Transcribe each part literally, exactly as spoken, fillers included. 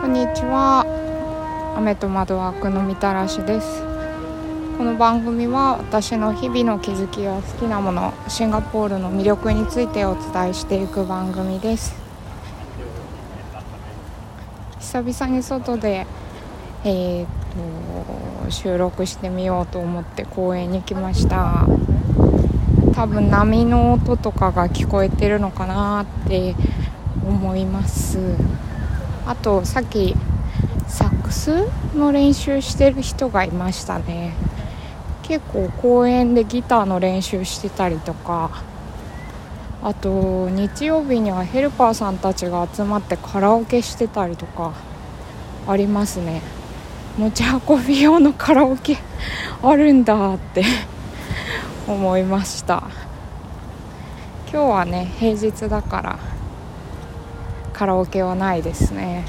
こんにちは。雨と窓枠のみたらしです。この番組は私の日々の気づきや好きなもの、シンガポールの魅力についてお伝えしていく番組です。久々に外で、えー、っと収録してみようと思って公園に来ました。多分波の音とかが聞こえてるのかなって思います。あとさっきサックスの練習してる人がいましたね。結構公園でギターの練習してたりとか、あと日曜日にはヘルパーさんたちが集まってカラオケしてたりとかありますね。持ち運び用のカラオケあるんだって思いました。今日はね平日だからカラオケはないですね。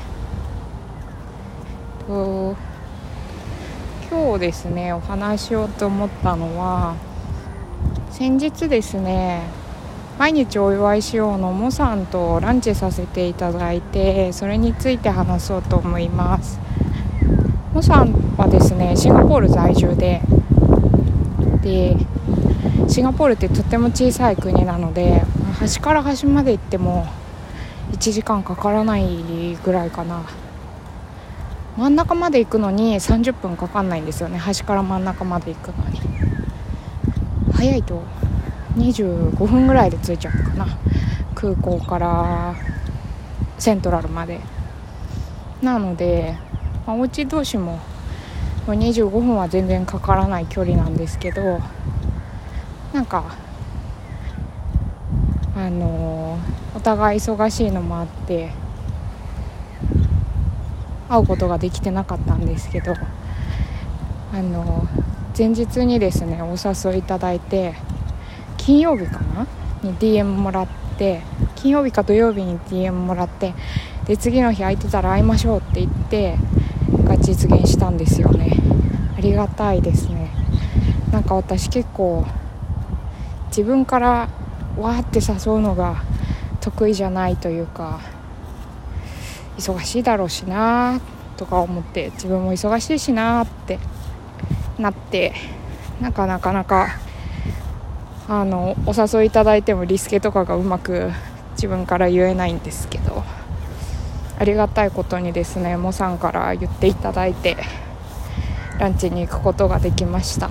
と今日ですねお話ししようと思ったのは、先日ですね毎日お祝いしようのモさんとランチさせていただいて、それについて話そうと思います。モさんはですねシンガポール在住ででシンガポールってとっても小さい国なので、端から端まで行ってもいちじかんかからないぐらいかな。真ん中まで行くのにさんじゅっぷんかかんないんですよね。端から真ん中まで行くのに早いとにじゅうごふんぐらいで着いちゃうかな、空港からセントラルまで。なので、まあ、お家同士もにじゅうごふんは全然かからない距離なんですけど、なんかあのー、お互い忙しいのもあって会うことができてなかったんですけど、あのー、前日にですねお誘いいただいて、金曜日かなに ディーエム もらって、金曜日か土曜日に ディーエム もらって、で次の日空いてたら会いましょうって言ってが実現したんですよね。ありがたいですね。なんか私結構自分からわーって誘うのが得意じゃないというか、忙しいだろうしなとか思って、自分も忙しいしなってなって、なんかなかなかあのお誘いいただいてもリスケとかがうまく自分から言えないんですけど、ありがたいことにですねモさんから言っていただいてランチに行くことができました。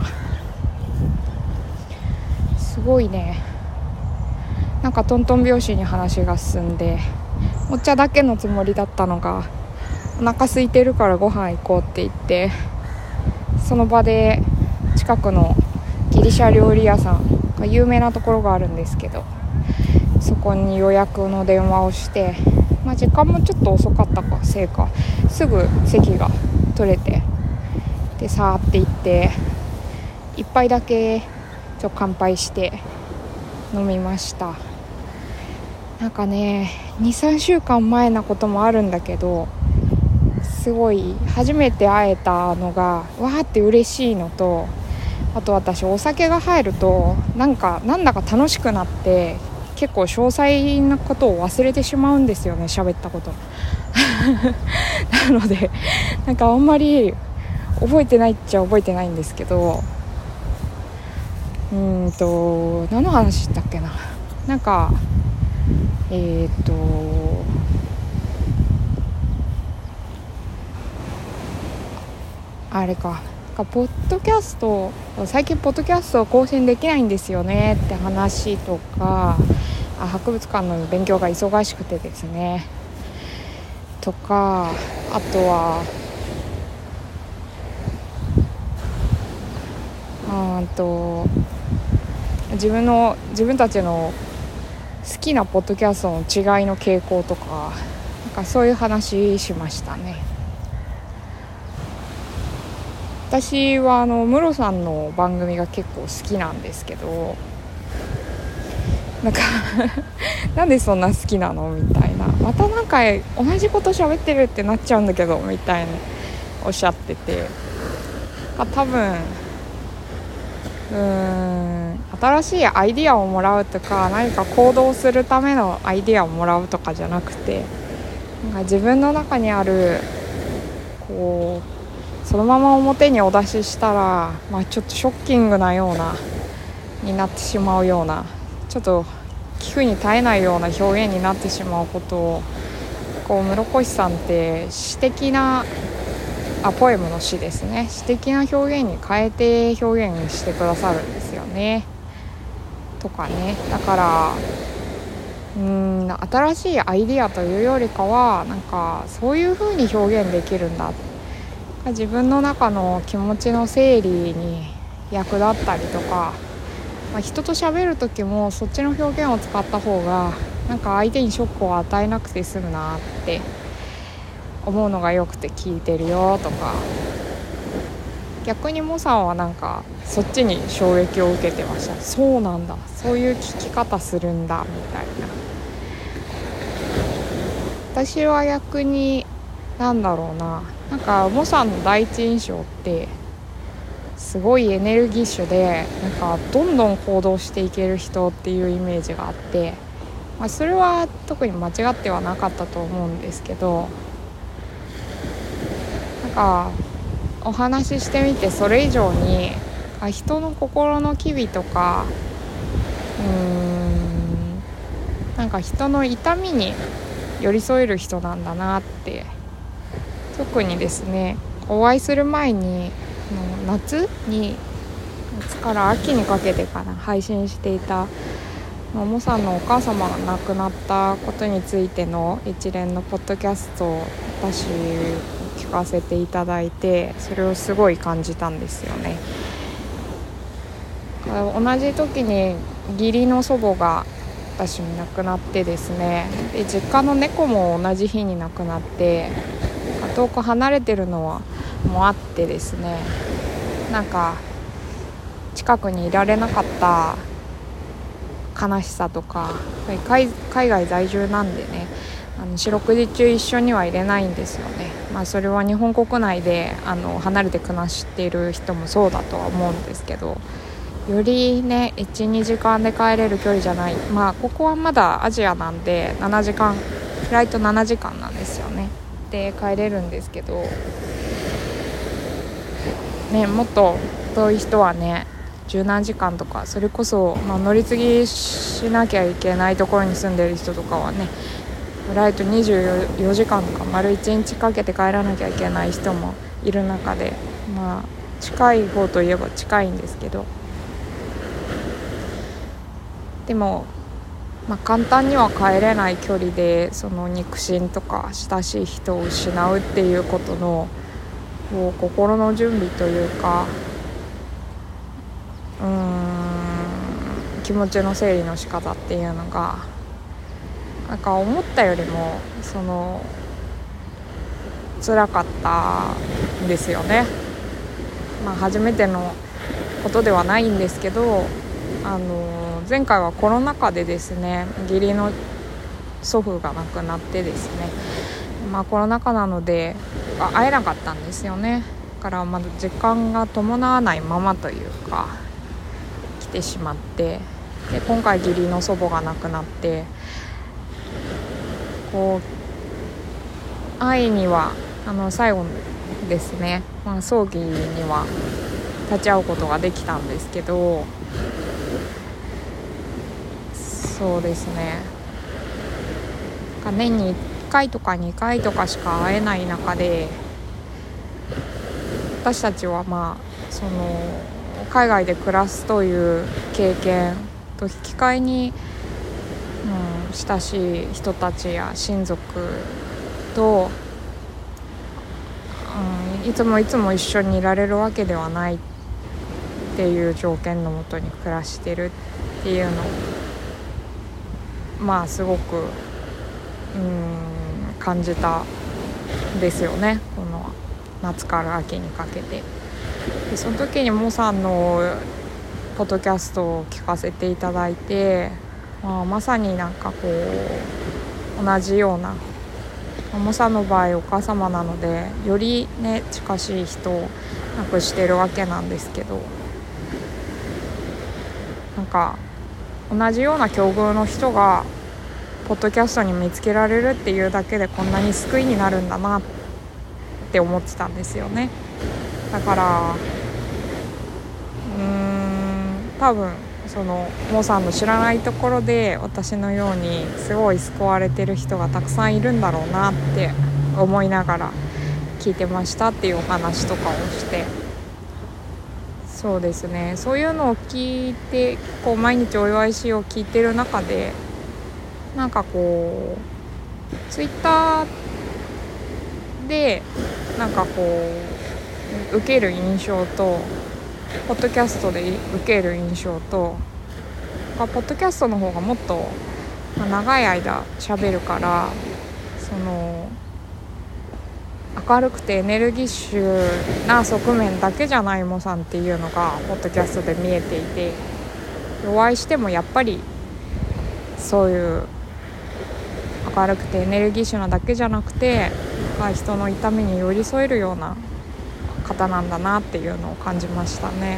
すごいね、なんかトントン拍子に話が進んで、お茶だけのつもりだったのがお腹空いてるからご飯行こうって言って、その場で近くのギリシャ料理屋さんが有名なところがあるんですけど、そこに予約の電話をして、まあ、時間もちょっと遅かったかせいかすぐ席が取れて、でさーって行って一杯だけちょっと乾杯して飲みました。なんかね にさんしゅうかんまえなこともあるんだけど、すごい初めて会えたのがわーって嬉しいのと、あと私お酒が入るとなんかなんだか楽しくなって、結構詳細なことを忘れてしまうんですよね、喋ったことなのでなんかあんまり覚えてないっちゃ覚えてないんですけど、うーんと何の話だっけな。なんかえー、っとあれかポッドキャスト、最近ポッドキャストを更新できないんですよねって話とか、あ博物館の勉強が忙しくてですねとか、あとはあと自分の自分たちの好きなポッドキャストの違いの傾向とか、なんかそういう話しましたね。私はあのムロさんの番組が結構好きなんですけど、なんかなんでそんな好きなのみたいな、またなんか同じこと喋ってるってなっちゃうんだけどみたいなおっしゃってて、あ多分うーん新しいアイディアをもらうとか、何か行動するためのアイディアをもらうとかじゃなくて、 なんか自分の中にあるこうそのまま表にお出ししたら、まあ、ちょっとショッキングなようなになってしまうような、ちょっと聞くに耐えないような表現になってしまうことを、こう室越さんって詩的なあポエムの詩ですね、詩的な表現に変えて表現してくださるんですよね。とかね、だからうーん新しいアイディアというよりかは、なんかそういう風に表現できるんだ、自分の中の気持ちの整理に役立ったりとか、まあ、人と喋る時もそっちの表現を使った方がなんか相手にショックを与えなくて済むなって思うのがよくて聞いてるよとか、逆にモさんはなんかそっちに衝撃を受けてました。そうなんだ、そういう聞き方するんだみたいな。私は逆になんだろうな、なんかモさんの第一印象ってすごいエネルギッシュで、なんかどんどん行動していける人っていうイメージがあって、まあ、それは特に間違ってはなかったと思うんですけど、なんかお話ししてみてそれ以上に人の心の機微とか、うーんなんか人の痛みに寄り添える人なんだなって。特にですね、お会いする前に夏に夏から秋にかけてかな配信していたももさんのお母様が亡くなったことについての一連のポッドキャストを私聞かせていただいて、それをすごい感じたんですよね。同じ時に義理の祖母が私に亡くなってですね、で実家の猫も同じ日に亡くなって、遠く離れてるのはもあってですね、なんか近くにいられなかった悲しさとか、海, 海外在住なんでね、あの四六時中一緒にはいれないんですよね。まあそれは日本国内であの離れて暮らしている人もそうだとは思うんですけど、よりね いち,に 時間で帰れる距離じゃない、まあここはまだアジアなんでななじかん、フライトななじかんなんですよね。で帰れるんですけどね、もっと遠い人はね十何時間とか、それこそ、まあ、乗り継ぎしなきゃいけないところに住んでる人とかはね、フライトにじゅうよじかんとか丸いちにちかけて帰らなきゃいけない人もいる中で、まあ近い方といえば近いんですけど、でも、まあ、簡単には帰れない距離でその肉親とか親しい人を失うっていうことのこう心の準備というか、うーん気持ちの整理の仕方っていうのがなんか思ったよりもその辛かったんですよね。まあ初めてのことではないんですけど、あの前回はコロナ禍でですね、義理の祖父が亡くなってですね、まあコロナ禍なので会えなかったんですよね。だからまだ時間が伴わないままというか来てしまって、で今回義理の祖母が亡くなって、こう愛にはあの最後ですね、まあ、葬儀には立ち会うことができたんですけど、そうですね、年にいっかいとかにかいとかしか会えない中で、私たちはまあその海外で暮らすという経験と引き換えに、うん、親しい人たちや親族と、うん、いつもいつも一緒にいられるわけではないっていう条件のもとに暮らしてるっていうのをまあすごく、うん、感じたんですよね、この夏から秋にかけて。でその時にモさんのポッドキャストを聞かせていただいて、まあ、まさになんかこう同じような、モさんの場合お母様なのでよりね近しい人を亡くしてるわけなんですけど、なんか同じような境遇の人がポッドキャストに見つけられるっていうだけでこんなに救いになるんだなって思ってたんですよね。だからうーん多分そのモさんの知らないところで私のようにすごい救われてる人がたくさんいるんだろうなって思いながら聞いてましたっていうお話とかをして、そうですね、そういうのを聞いてこう毎日お祝いしを聞いてる中でなんかこうツイッターでなんかこう受ける印象とポッドキャストで受ける印象と、ポッドキャストの方がもっと長い間喋るからその明るくてエネルギッシュな側面だけじゃないモさんっていうのがポッドキャストで見えていて、お会いしてもやっぱりそういう明るくてエネルギッシュなだけじゃなくて人の痛みに寄り添えるような方なんだなっていうのを感じましたね。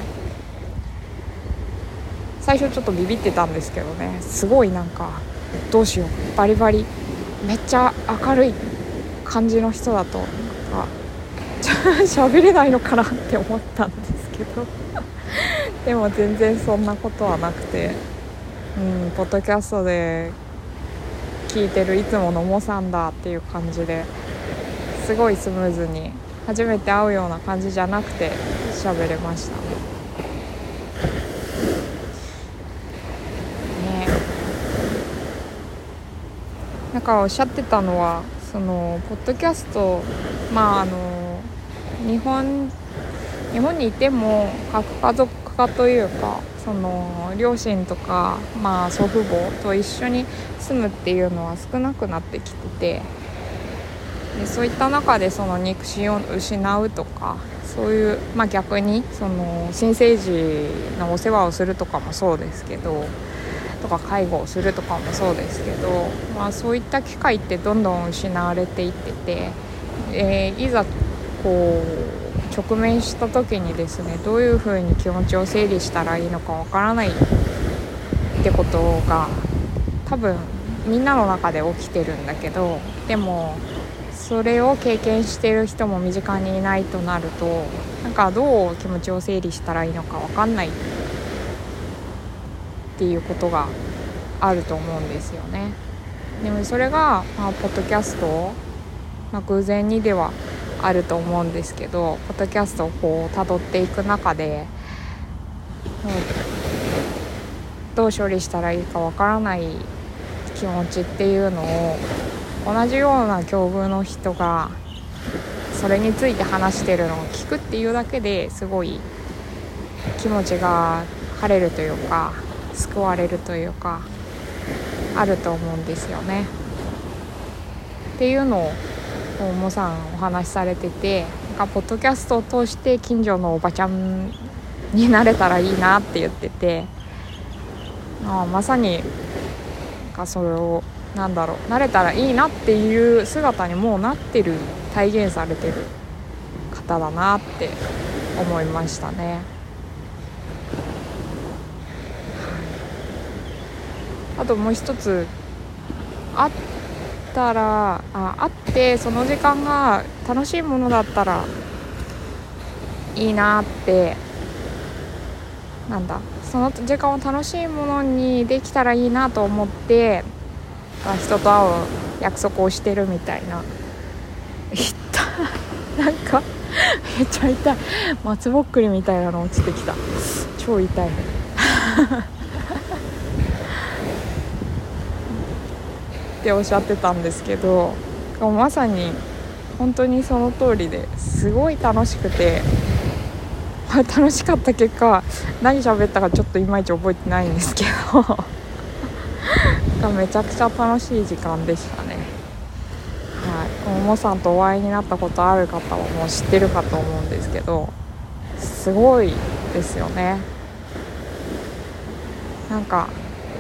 最初ちょっとビビってたんですけどね、すごいなんかどうしようバリバリめっちゃ明るい感じの人だとなんか喋れないのかなって思ったんですけどでも全然そんなことはなくて、うん、ポッドキャストで聞いてるいつものモさんだっていう感じですごいスムーズに初めて会うような感じじゃなくて喋れましたね。ね、なんかおっしゃってたのはそのポッドキャスト、まああの日本日本にいても核家族化というかその両親とか、まあ、祖父母と一緒に住むっていうのは少なくなってきてて、でそういった中でその肉親を失うとかそういう、まあ、逆にその新生児のお世話をするとかもそうですけどとか介護をするとかもそうですけど、まあ、そういった機会ってどんどん失われていってて、えー、いざこう直面した時にですねどういうふうに気持ちを整理したらいいのかわからないってことが多分みんなの中で起きてるんだけど、でもそれを経験している人も身近にいないとなるとなんかどう気持ちを整理したらいいのかわかんないっていうことがあると思うんですよね。でもそれが、まあ、ポッドキャスト、まあ、偶然にではあると思うんですけど、ポッドキャストをこう辿っていく中で、うん、どう処理したらいいかわからない気持ちっていうのを同じような境遇の人がそれについて話してるのを聞くっていうだけですごい気持ちが晴れるというか救われるというかあると思うんですよね。っていうのをモさんお話しされてて、なんかポッドキャストを通して近所のおばちゃんになれたらいいなって言ってて、ああまさになんかそれをなんだろうなれたらいいなっていう姿にもうなってる体現されてる方だなって思いましたね。あともう一つあったらああってその時間が楽しいものだったらいいなって、なんだその時間を楽しいものにできたらいいなと思って人と会う約束をしてるみたいな痛いなんかめっちゃ痛い松ぼっくりみたいなの落ちてきた超痛いっておっしゃってたんですけど、まさに本当にその通りですごい楽しくて楽しかった結果何喋ったかちょっといまいち覚えてないんですけどめちゃくちゃ楽しい時間でしたね。はい、モさんとお会いになったことある方はもう知ってるかと思うんですけどすごいですよね。なんか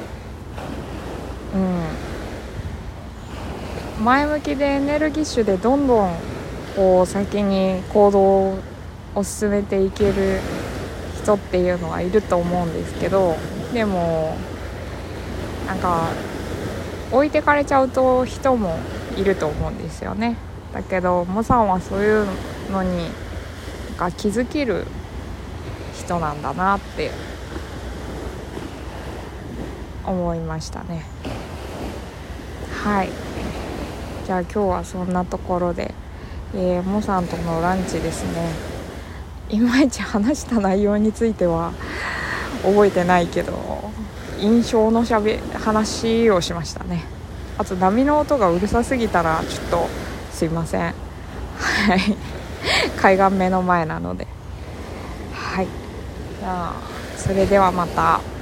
うん前向きでエネルギッシュでどんどんこう先に行動を進めていける人っていうのはいると思うんですけど、でもなんか置いてかれちゃうと人もいると思うんですよね。だけどモさんはそういうのになんか気づける人なんだなって思いましたね。はい、じゃあ今日はそんなところで、えー、モさんとのランチですね。いまいち話した内容については覚えてないけど印象のしゃべ話をしましたね。あと波の音がうるさすぎたらちょっとすいません。はい海岸目の前なので。はい、じゃあそれではまた。